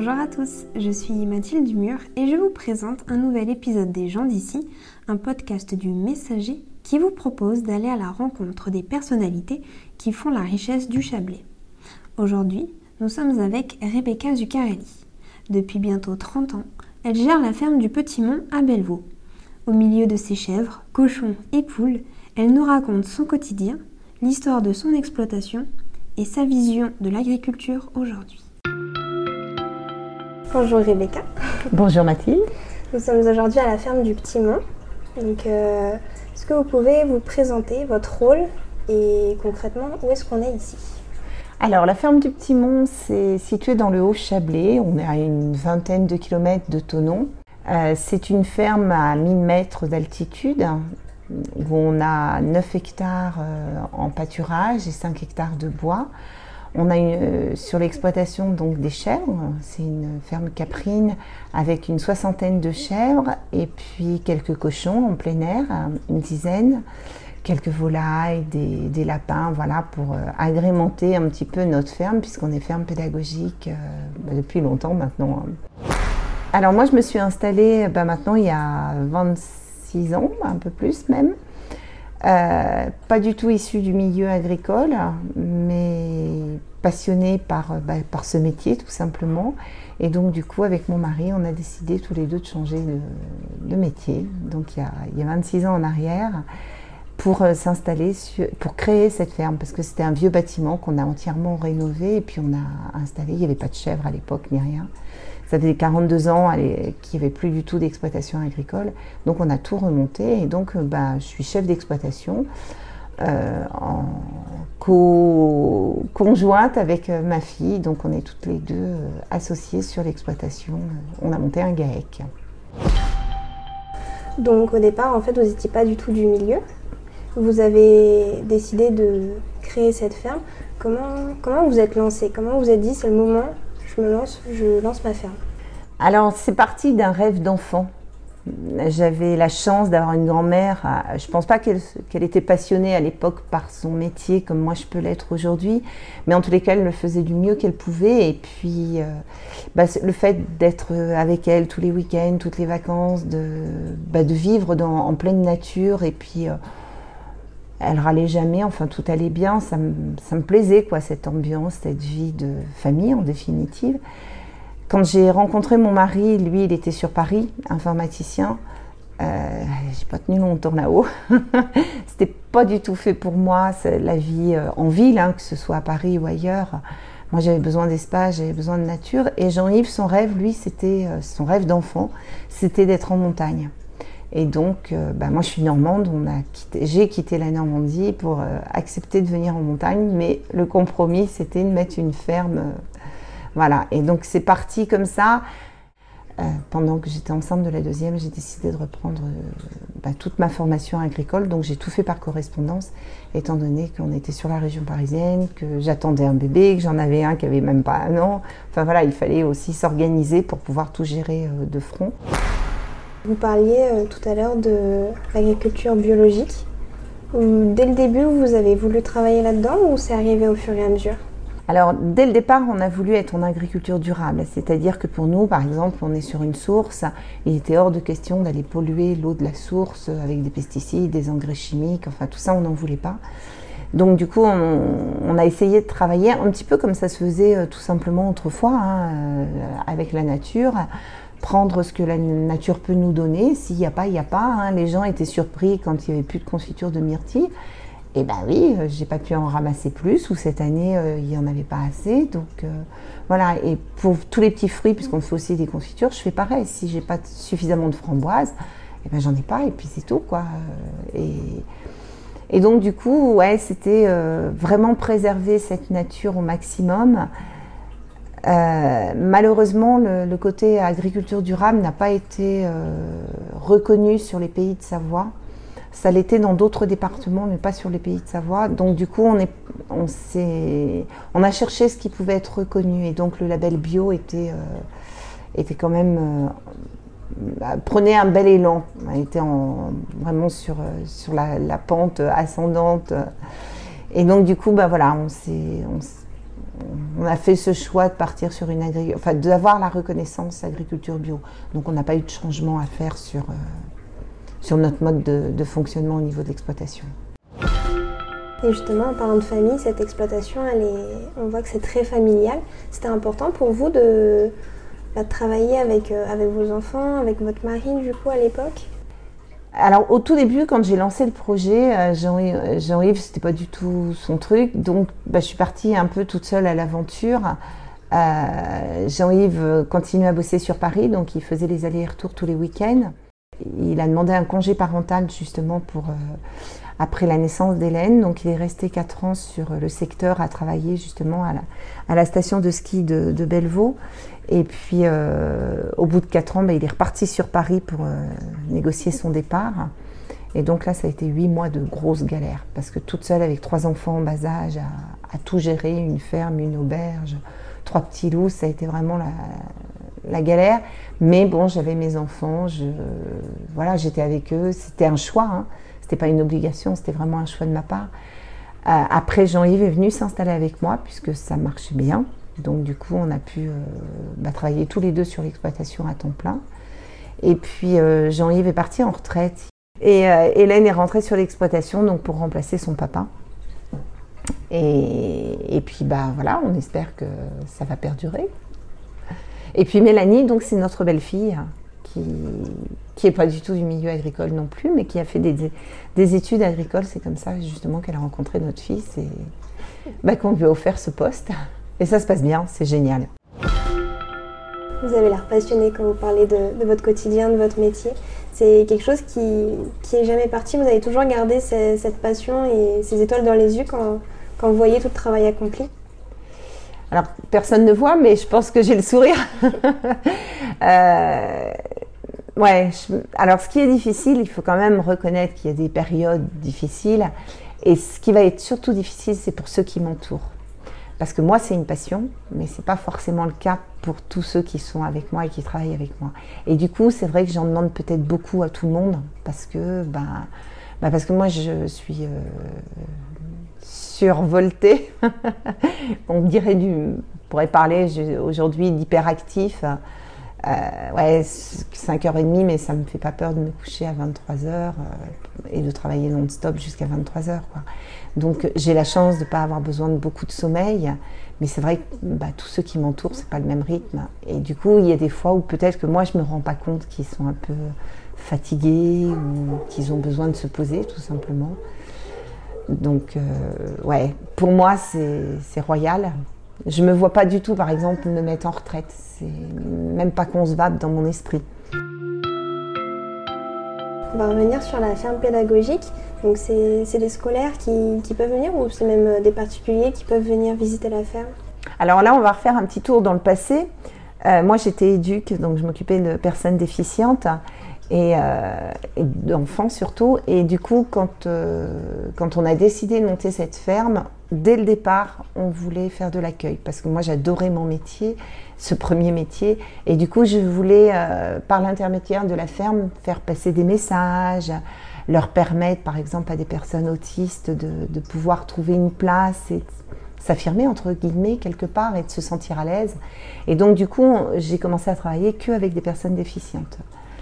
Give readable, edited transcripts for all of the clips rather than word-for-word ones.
Bonjour à tous, je suis Mathilde Dumur et je vous présente un nouvel épisode des gens d'ici, un podcast du Messager qui vous propose d'aller à la rencontre des personnalités qui font la richesse du Chablais. Aujourd'hui, nous sommes avec Rebecca Zuccarelli. Depuis bientôt 30 ans, elle gère la ferme du Petit Mont à Bellevaux. Au milieu de ses chèvres, cochons et poules, elle nous raconte son quotidien, l'histoire de son exploitation et sa vision de l'agriculture aujourd'hui. Bonjour Rebecca. Bonjour Mathilde. Nous sommes aujourd'hui à la ferme du Petit Mont. Donc, est-ce que vous pouvez vous présenter votre rôle et concrètement où est-ce qu'on est ici ? Alors la ferme du Petit Mont, c'est situé dans le Haut-Chablais. On est à une vingtaine de kilomètres de Thonon. C'est une ferme à 1000 mètres d'altitude où on a 9 hectares en pâturage et 5 hectares de bois. On a sur l'exploitation donc des chèvres, c'est une ferme caprine avec une soixantaine de chèvres et puis quelques cochons en plein air, une dizaine, quelques volailles, des lapins, voilà, pour agrémenter un petit peu notre ferme puisqu'on est ferme pédagogique depuis longtemps maintenant. Alors moi je me suis installée maintenant il y a 26 ans, un peu plus même. Pas du tout issue du milieu agricole, mais passionnée par ce métier tout simplement. Et donc du coup avec mon mari, on a décidé tous les deux de changer de métier. Donc il y a 26 ans en arrière, pour s'installer, pour créer cette ferme, parce que c'était un vieux bâtiment qu'on a entièrement rénové et puis on a installé, il n'y avait pas de chèvres à l'époque ni rien. Ça faisait 42 ans qu'il n'y avait plus du tout d'exploitation agricole. Donc on a tout remonté et donc je suis chef d'exploitation en conjointe avec ma fille. Donc on est toutes les deux associées sur l'exploitation. On a monté un GAEC. Donc au départ, en fait, vous n'étiez pas du tout du milieu. Vous avez décidé de créer cette ferme. Comment vous êtes lancée ? Comment vous êtes dit c'est le moment ? Je lance ma ferme. Alors, c'est parti d'un rêve d'enfant. J'avais la chance d'avoir une grand-mère. Je ne pense pas qu'elle était passionnée à l'époque par son métier comme moi je peux l'être aujourd'hui. Mais en tous les cas, elle le faisait du mieux qu'elle pouvait. Et puis, le fait d'être avec elle tous les week-ends, toutes les vacances, de vivre en pleine nature et puis... elle râlait jamais, enfin tout allait bien, ça me plaisait quoi, cette ambiance, cette vie de famille en définitive. Quand j'ai rencontré mon mari, lui il était sur Paris, informaticien, j'ai pas tenu longtemps là-haut, c'était pas du tout fait pour moi, la vie en ville, que ce soit à Paris ou ailleurs. Moi j'avais besoin d'espace, j'avais besoin de nature et Jean-Yves, son rêve, lui c'était son rêve d'enfant, c'était d'être en montagne. Et donc, moi je suis normande, j'ai quitté la Normandie pour accepter de venir en montagne, mais le compromis c'était de mettre une ferme, voilà. Et donc c'est parti comme ça. Pendant que j'étais enceinte de la deuxième, j'ai décidé de reprendre toute ma formation agricole, donc j'ai tout fait par correspondance, étant donné qu'on était sur la région parisienne, que j'attendais un bébé, que j'en avais un qui avait même pas 1 an. Enfin voilà, il fallait aussi s'organiser pour pouvoir tout gérer de front. Vous parliez tout à l'heure de l'agriculture biologique. Dès le début, vous avez voulu travailler là-dedans ou c'est arrivé au fur et à mesure ? Alors, dès le départ, on a voulu être en agriculture durable. C'est-à-dire que pour nous, par exemple, on est sur une source. Il était hors de question d'aller polluer l'eau de la source avec des pesticides, des engrais chimiques. Enfin, tout ça, on n'en voulait pas. Donc, du coup, on a essayé de travailler un petit peu comme ça se faisait tout simplement autrefois, avec la nature. Prendre ce que la nature peut nous donner, s'il n'y a pas, il n'y a pas. Les gens étaient surpris quand il n'y avait plus de confiture de myrtille. Et oui, j'ai pas pu en ramasser plus, ou cette année, il n'y en avait pas assez. Donc voilà, et pour tous les petits fruits, puisqu'on fait aussi des confitures, je fais pareil. Si j'ai pas suffisamment de framboises, j'en ai pas, et puis c'est tout, quoi. Et donc du coup, c'était vraiment préserver cette nature au maximum. Malheureusement, le côté agriculture durable n'a pas été reconnu sur les pays de Savoie. Ça l'était dans d'autres départements, mais pas sur les pays de Savoie. Donc du coup, on a cherché ce qui pouvait être reconnu. Et donc le label bio était quand même... prenait un bel élan. On était vraiment sur la pente ascendante. Et donc du coup, voilà, on a fait ce choix de partir sur d'avoir la reconnaissance agriculture bio. Donc on n'a pas eu de changement à faire sur notre mode de fonctionnement au niveau de l'exploitation. Et justement, en parlant de famille, cette exploitation, on voit que c'est très familial. C'était important pour vous de travailler avec vos enfants, avec votre mari du coup à l'époque? Alors au tout début, quand j'ai lancé le projet, Jean-Yves, c'était pas du tout son truc, donc je suis partie un peu toute seule à l'aventure. Jean-Yves continuait à bosser sur Paris, donc il faisait les allers-retours tous les week-ends. Il a demandé un congé parental justement après la naissance d'Hélène, donc il est resté 4 ans sur le secteur à travailler justement à la station de ski de Bellevaux. Et puis au bout de 4 ans, il est reparti sur Paris pour négocier son départ. Et donc là, ça a été 8 mois de grosses galères, parce que toute seule avec 3 enfants en bas âge, à tout gérer, une ferme, une auberge, 3 petits loups, ça a été vraiment la galère. Mais bon, j'avais mes enfants, j'étais avec eux, c'était un choix, hein. C'était pas une obligation, c'était vraiment un choix de ma part. Après, Jean-Yves est venu s'installer avec moi, puisque ça marchait bien. Donc du coup, on a pu travailler tous les deux sur l'exploitation à temps plein. Et puis Jean-Yves est parti en retraite. Et Hélène est rentrée sur l'exploitation donc pour remplacer son papa. Et puis voilà, on espère que ça va perdurer. Et puis Mélanie, donc c'est notre belle-fille qui est pas du tout du milieu agricole non plus, mais qui a fait des études agricoles. C'est comme ça justement qu'elle a rencontré notre fils et qu'on lui a offert ce poste. Et ça se passe bien, c'est génial. Vous avez l'air passionné quand vous parlez de votre quotidien, de votre métier. C'est quelque chose qui est jamais parti. Vous avez toujours gardé cette passion et ces étoiles dans les yeux quand vous voyez tout le travail accompli. Alors, personne ne voit, mais je pense que j'ai le sourire. Alors, ce qui est difficile, il faut quand même reconnaître qu'il y a des périodes difficiles. Et ce qui va être surtout difficile, c'est pour ceux qui m'entourent. Parce que moi, c'est une passion, mais ce n'est pas forcément le cas pour tous ceux qui sont avec moi et qui travaillent avec moi. Et du coup, c'est vrai que j'en demande peut-être beaucoup à tout le monde, parce que moi, je suis survoltée. On pourrait parler aujourd'hui d'hyperactif. 5h30, mais ça ne me fait pas peur de me coucher à 23h et de travailler non-stop jusqu'à 23h. Donc j'ai la chance de ne pas avoir besoin de beaucoup de sommeil, mais c'est vrai que tous ceux qui m'entourent, c'est pas le même rythme. Et du coup, il y a des fois où peut-être que moi, je me rends pas compte qu'ils sont un peu fatigués ou qu'ils ont besoin de se poser, tout simplement. Donc, pour moi, c'est royal. Je me vois pas du tout, par exemple, me mettre en retraite. C'est même pas concevable dans mon esprit. On va revenir sur la ferme pédagogique. Donc c'est des scolaires qui peuvent venir ou c'est même des particuliers qui peuvent venir visiter la ferme? Alors là, on va refaire un petit tour dans le passé. Moi, j'étais éduque, donc je m'occupais de personnes déficientes et d'enfants surtout. Et du coup, quand on a décidé de monter cette ferme, dès le départ, on voulait faire de l'accueil parce que moi, j'adorais mon métier, ce premier métier. Et du coup, je voulais, par l'intermédiaire de la ferme, faire passer des messages, leur permettre, par exemple, à des personnes autistes de pouvoir trouver une place et s'affirmer, entre guillemets, quelque part et de se sentir à l'aise. Et donc, du coup, j'ai commencé à travailler qu'avec des personnes déficientes.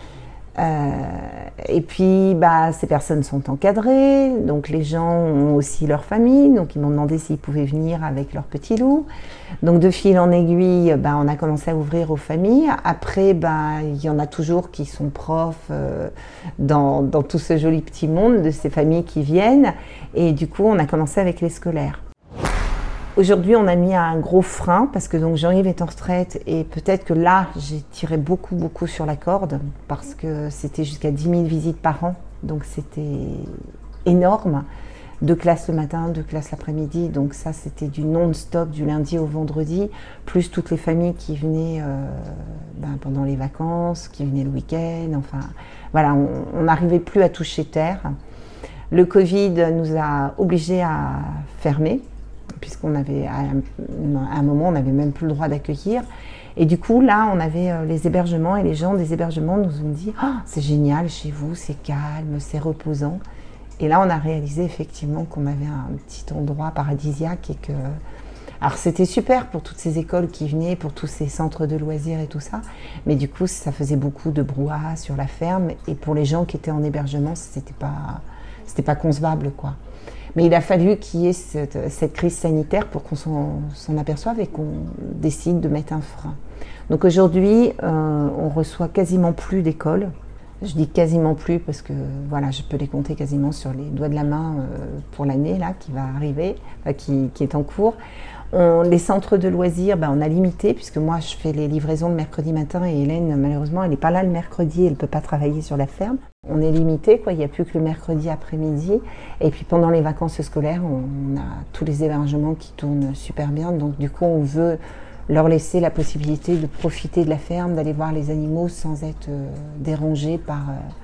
Et puis, ces personnes sont encadrées, donc les gens ont aussi leur famille, donc ils m'ont demandé s'ils pouvaient venir avec leur petit loup. Donc de fil en aiguille, on a commencé à ouvrir aux familles. Après, il y en a toujours qui sont profs dans tout ce joli petit monde de ces familles qui viennent. Et du coup, on a commencé avec les scolaires. Aujourd'hui, on a mis un gros frein parce que donc Jean-Yves est en retraite et peut-être que là, j'ai tiré beaucoup sur la corde parce que c'était jusqu'à 10 000 visites par an. Donc c'était énorme. 2 classes le matin, 2 classes l'après-midi. Donc ça, c'était du non-stop du lundi au vendredi, plus toutes les familles qui venaient pendant les vacances, qui venaient le week-end. Enfin, voilà, on n'arrivait plus à toucher terre. Le Covid nous a obligés à fermer, puisqu'on avait, à un moment, on n'avait même plus le droit d'accueillir. Et du coup, là, on avait les hébergements et les gens des hébergements nous ont dit « Ah, c'est génial chez vous, c'est calme, c'est reposant ». Et là, on a réalisé effectivement qu'on avait un petit endroit paradisiaque et que Alors c'était super pour toutes ces écoles qui venaient, pour tous ces centres de loisirs et tout ça, mais du coup ça faisait beaucoup de brouhaha sur la ferme et pour les gens qui étaient en hébergement, c'était pas concevable quoi. Mais il a fallu qu'il y ait cette crise sanitaire pour qu'on s'en aperçoive et qu'on décide de mettre un frein. Donc aujourd'hui, on reçoit quasiment plus d'écoles. Je dis quasiment plus parce que voilà, je peux les compter quasiment sur les doigts de la main pour l'année là qui va arriver, qui est en cours. Les centres de loisirs, on a limité puisque moi je fais les livraisons le mercredi matin et Hélène malheureusement elle n'est pas là le mercredi, elle ne peut pas travailler sur la ferme. On est limité quoi, il n'y a plus que le mercredi après-midi et puis pendant les vacances scolaires on a tous les hébergements qui tournent super bien donc du coup on veut leur laisser la possibilité de profiter de la ferme, d'aller voir les animaux sans être dérangés par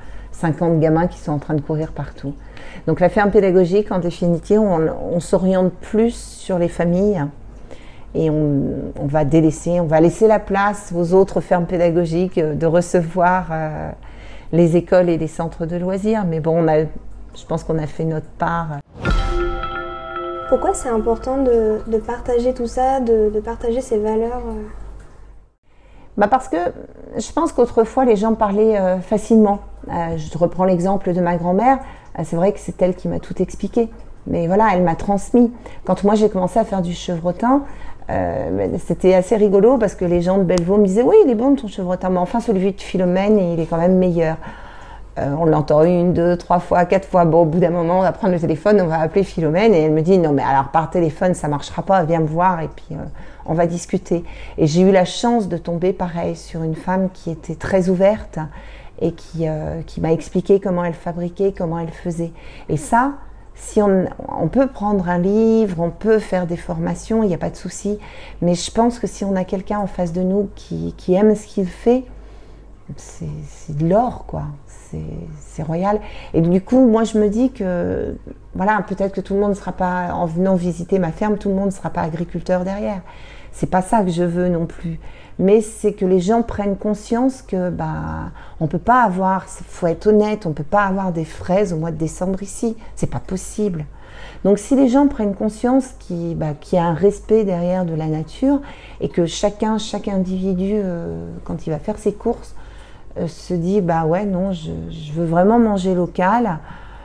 50 gamins qui sont en train de courir partout. Donc la ferme pédagogique, en définitive, on s'oriente plus sur les familles et on va laisser la place aux autres fermes pédagogiques de recevoir les écoles et les centres de loisirs. Mais bon, je pense qu'on a fait notre part. Pourquoi c'est important de partager tout ça, de partager ces valeurs Parce que je pense qu'autrefois les gens parlaient facilement. Je reprends l'exemple de ma grand-mère. C'est vrai que c'est elle qui m'a tout expliqué. Mais voilà, elle m'a transmis. Quand moi j'ai commencé à faire du chevretin, c'était assez rigolo parce que les gens de Bellevaux me disaient « Oui, il est bon ton chevretin, mais enfin celui de Philomène, il est quand même meilleur. » On l'entend 1, 2, 3 fois, 4 fois. Bon, au bout d'un moment, on va prendre le téléphone, on va appeler Philomène et elle me dit « Non, mais alors par téléphone, ça marchera pas, viens me voir et puis on va discuter. » Et j'ai eu la chance de tomber pareil sur une femme qui était très ouverte et qui m'a expliqué comment elle fabriquait, comment elle faisait. Et ça, si on peut prendre un livre, on peut faire des formations, il n'y a pas de souci. Mais je pense que si on a quelqu'un en face de nous qui aime ce qu'il fait, c'est de l'or, quoi. C'est royal. Et du coup, moi, je me dis que, voilà, peut-être que tout le monde ne sera pas, en venant visiter ma ferme, tout le monde ne sera pas agriculteur derrière. C'est pas ça que je veux non plus. Mais c'est que les gens prennent conscience que, on peut pas avoir, faut être honnête, on peut pas avoir des fraises au mois de décembre ici. C'est pas possible. Donc, si les gens prennent conscience qu'il y a un respect derrière de la nature et que chaque individu, quand il va faire ses courses, se dit ouais non je veux vraiment manger local,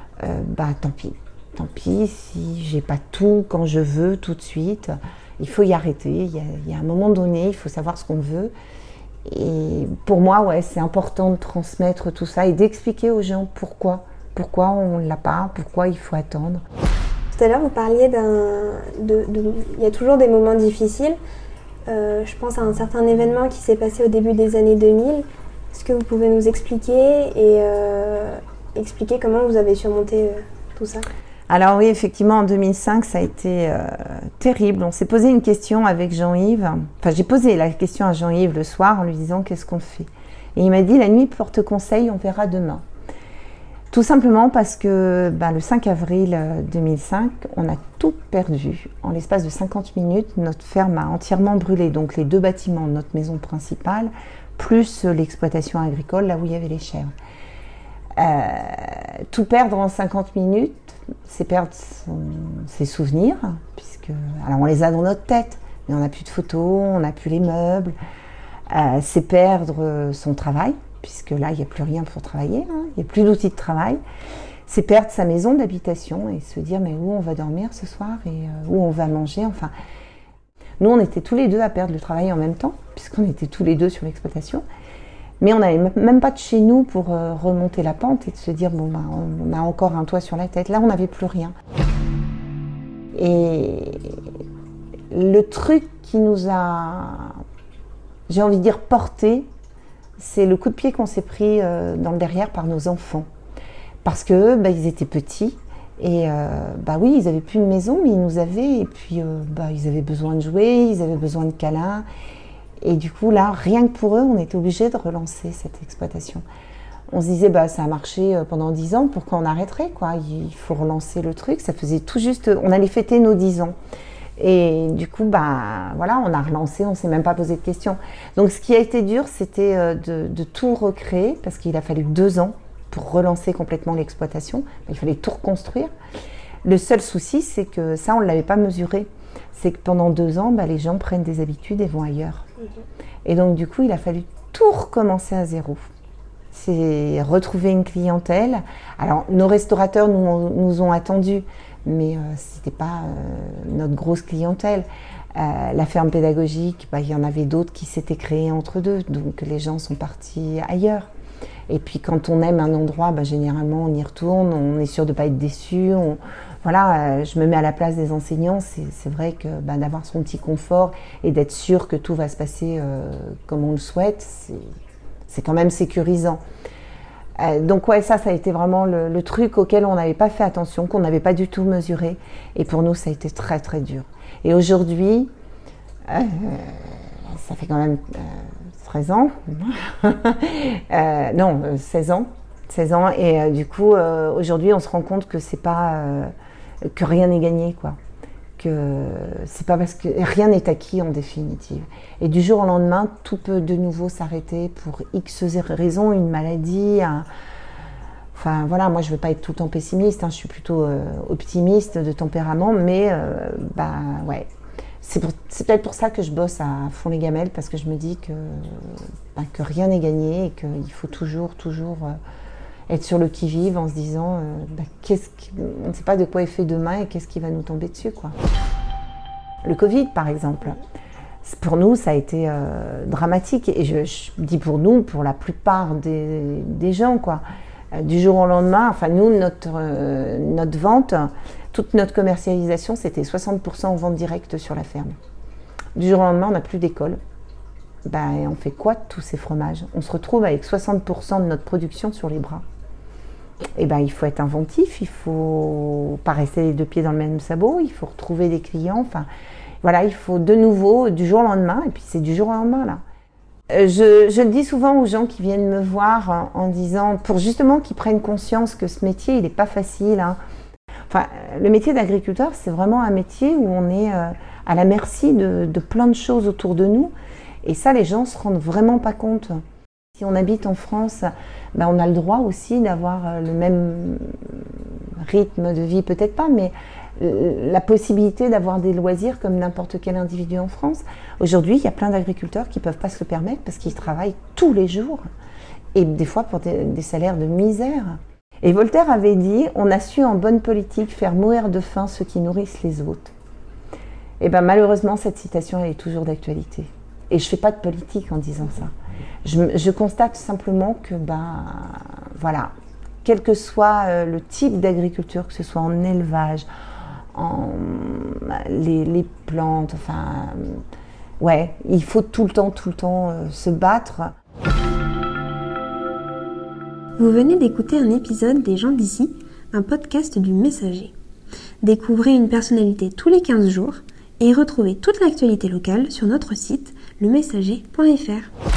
tant pis si j'ai pas tout quand je veux tout de suite, il faut y arrêter, il y a un moment donné il faut savoir ce qu'on veut et pour moi c'est important de transmettre tout ça et d'expliquer aux gens pourquoi on l'a pas, pourquoi il faut attendre. Tout à l'heure vous parliez il y a toujours des moments difficiles, je pense à un certain événement qui s'est passé au début des années 2000. Est-ce que vous pouvez nous expliquer et expliquer comment vous avez surmonté tout ça ? Alors oui, effectivement, en 2005, ça a été terrible. On s'est posé une question avec Jean-Yves. Enfin, j'ai posé la question à Jean-Yves le soir en lui disant « Qu'est-ce qu'on fait ?» Et il m'a dit « La nuit porte conseil, on verra demain. » Tout simplement parce que le 5 avril 2005, on a tout perdu. En l'espace de 50 minutes, notre ferme a entièrement brûlé. Donc les 2 bâtiments, notre maison principale, plus l'exploitation agricole, là où il y avait les chèvres. Tout perdre en 50 minutes, c'est perdre ses souvenirs, alors on les a dans notre tête, mais on n'a plus de photos, on n'a plus les meubles. C'est perdre son travail, puisque là, il n'y a plus rien pour travailler, il n'y a plus d'outils de travail. C'est perdre sa maison d'habitation et se dire, mais où on va dormir ce soir et où on va manger, enfin... Nous, on était tous les deux à perdre le travail en même temps, puisqu'on était tous les deux sur l'exploitation. Mais on n'avait même pas de chez nous pour remonter la pente et de se dire, on a encore un toit sur la tête. Là, on n'avait plus rien. Et le truc qui nous a, j'ai envie de dire, porté, c'est le coup de pied qu'on s'est pris dans le derrière par nos enfants. Parce que ils étaient petits. Et oui, ils n'avaient plus de maison, mais ils nous avaient, et puis ils avaient besoin de jouer, ils avaient besoin de câlins. Et du coup, là, rien que pour eux, on était obligés de relancer cette exploitation. On se disait, ça a marché pendant 10 ans, pourquoi on arrêterait, quoi ? Il faut relancer le truc, ça faisait tout juste, on allait fêter nos 10 ans. Et du coup, voilà, on a relancé, on ne s'est même pas posé de questions. Donc, ce qui a été dur, c'était de tout recréer, parce qu'il a fallu 2 ans pour relancer complètement l'exploitation. Il fallait tout reconstruire. Le seul souci, c'est que ça, on ne l'avait pas mesuré. c'est que pendant 2 ans, les gens prennent des habitudes et vont ailleurs. Et donc du coup, il a fallu tout recommencer à zéro. C'est retrouver une clientèle. Alors, nos restaurateurs nous ont attendus, mais c'était pas notre grosse clientèle. La ferme pédagogique, il y en avait d'autres qui s'étaient créées entre deux, donc les gens sont partis ailleurs. Et puis quand on aime un endroit, généralement on y retourne, on est sûr de ne pas être déçu. Je me mets à la place des enseignants, c'est vrai que d'avoir son petit confort et d'être sûr que tout va se passer comme on le souhaite, c'est quand même sécurisant. Donc ça a été vraiment le truc auquel on n'avait pas fait attention, qu'on n'avait pas du tout mesuré. Et pour nous, ça a été très très dur. Et aujourd'hui, ça fait quand même 13 ans, 16 ans. 16 ans. Et du coup, aujourd'hui, on se rend compte que c'est pas que rien n'est gagné, quoi. Que c'est pas parce que rien n'est acquis en définitive. Et du jour au lendemain, tout peut de nouveau s'arrêter pour X raisons, une maladie. Enfin voilà, moi je veux pas être tout le temps pessimiste, je suis plutôt optimiste de tempérament, mais ouais. C'est peut-être pour ça que je bosse à fond les gamelles, parce que je me dis que rien n'est gagné et qu'il faut toujours être sur le qui-vive en se disant on ne sait pas de quoi est fait demain et qu'est-ce qui va nous tomber dessus, quoi. Le Covid, par exemple, pour nous, ça a été dramatique. Et je dis pour nous, pour la plupart des gens, quoi. Du jour au lendemain, nous, notre vente, toute notre commercialisation, c'était 60% en vente directe sur la ferme. Du jour au lendemain, on n'a plus d'école. On fait quoi de tous ces fromages? On se retrouve avec 60% de notre production sur les bras. Et il faut être inventif, il faut pas rester les 2 pieds dans le même sabot, il faut retrouver des clients. Voilà, il faut de nouveau du jour au lendemain, et puis c'est du jour au lendemain là. Je le dis souvent aux gens qui viennent me voir en disant, pour justement qu'ils prennent conscience que ce métier, il n'est pas facile. Le métier d'agriculteur, c'est vraiment un métier où on est à la merci de plein de choses autour de nous. Et ça, les gens ne se rendent vraiment pas compte. Si on habite en France, on a le droit aussi d'avoir le même rythme de vie, peut-être pas, mais la possibilité d'avoir des loisirs comme n'importe quel individu en France. Aujourd'hui, il y a plein d'agriculteurs qui ne peuvent pas se le permettre parce qu'ils travaillent tous les jours et des fois pour des salaires de misère. Et Voltaire avait dit « On a su en bonne politique faire mourir de faim ceux qui nourrissent les autres ». Et malheureusement, cette citation, elle est toujours d'actualité. Et je ne fais pas de politique en disant ça. Je constate simplement que, voilà, quel que soit le type d'agriculture, que ce soit en élevage, les plantes, ouais, il faut tout le temps se battre. Vous venez d'écouter un épisode des gens d'ici, un podcast du Messager. Découvrez une personnalité tous les 15 jours et retrouvez toute l'actualité locale sur notre site lemessager.fr.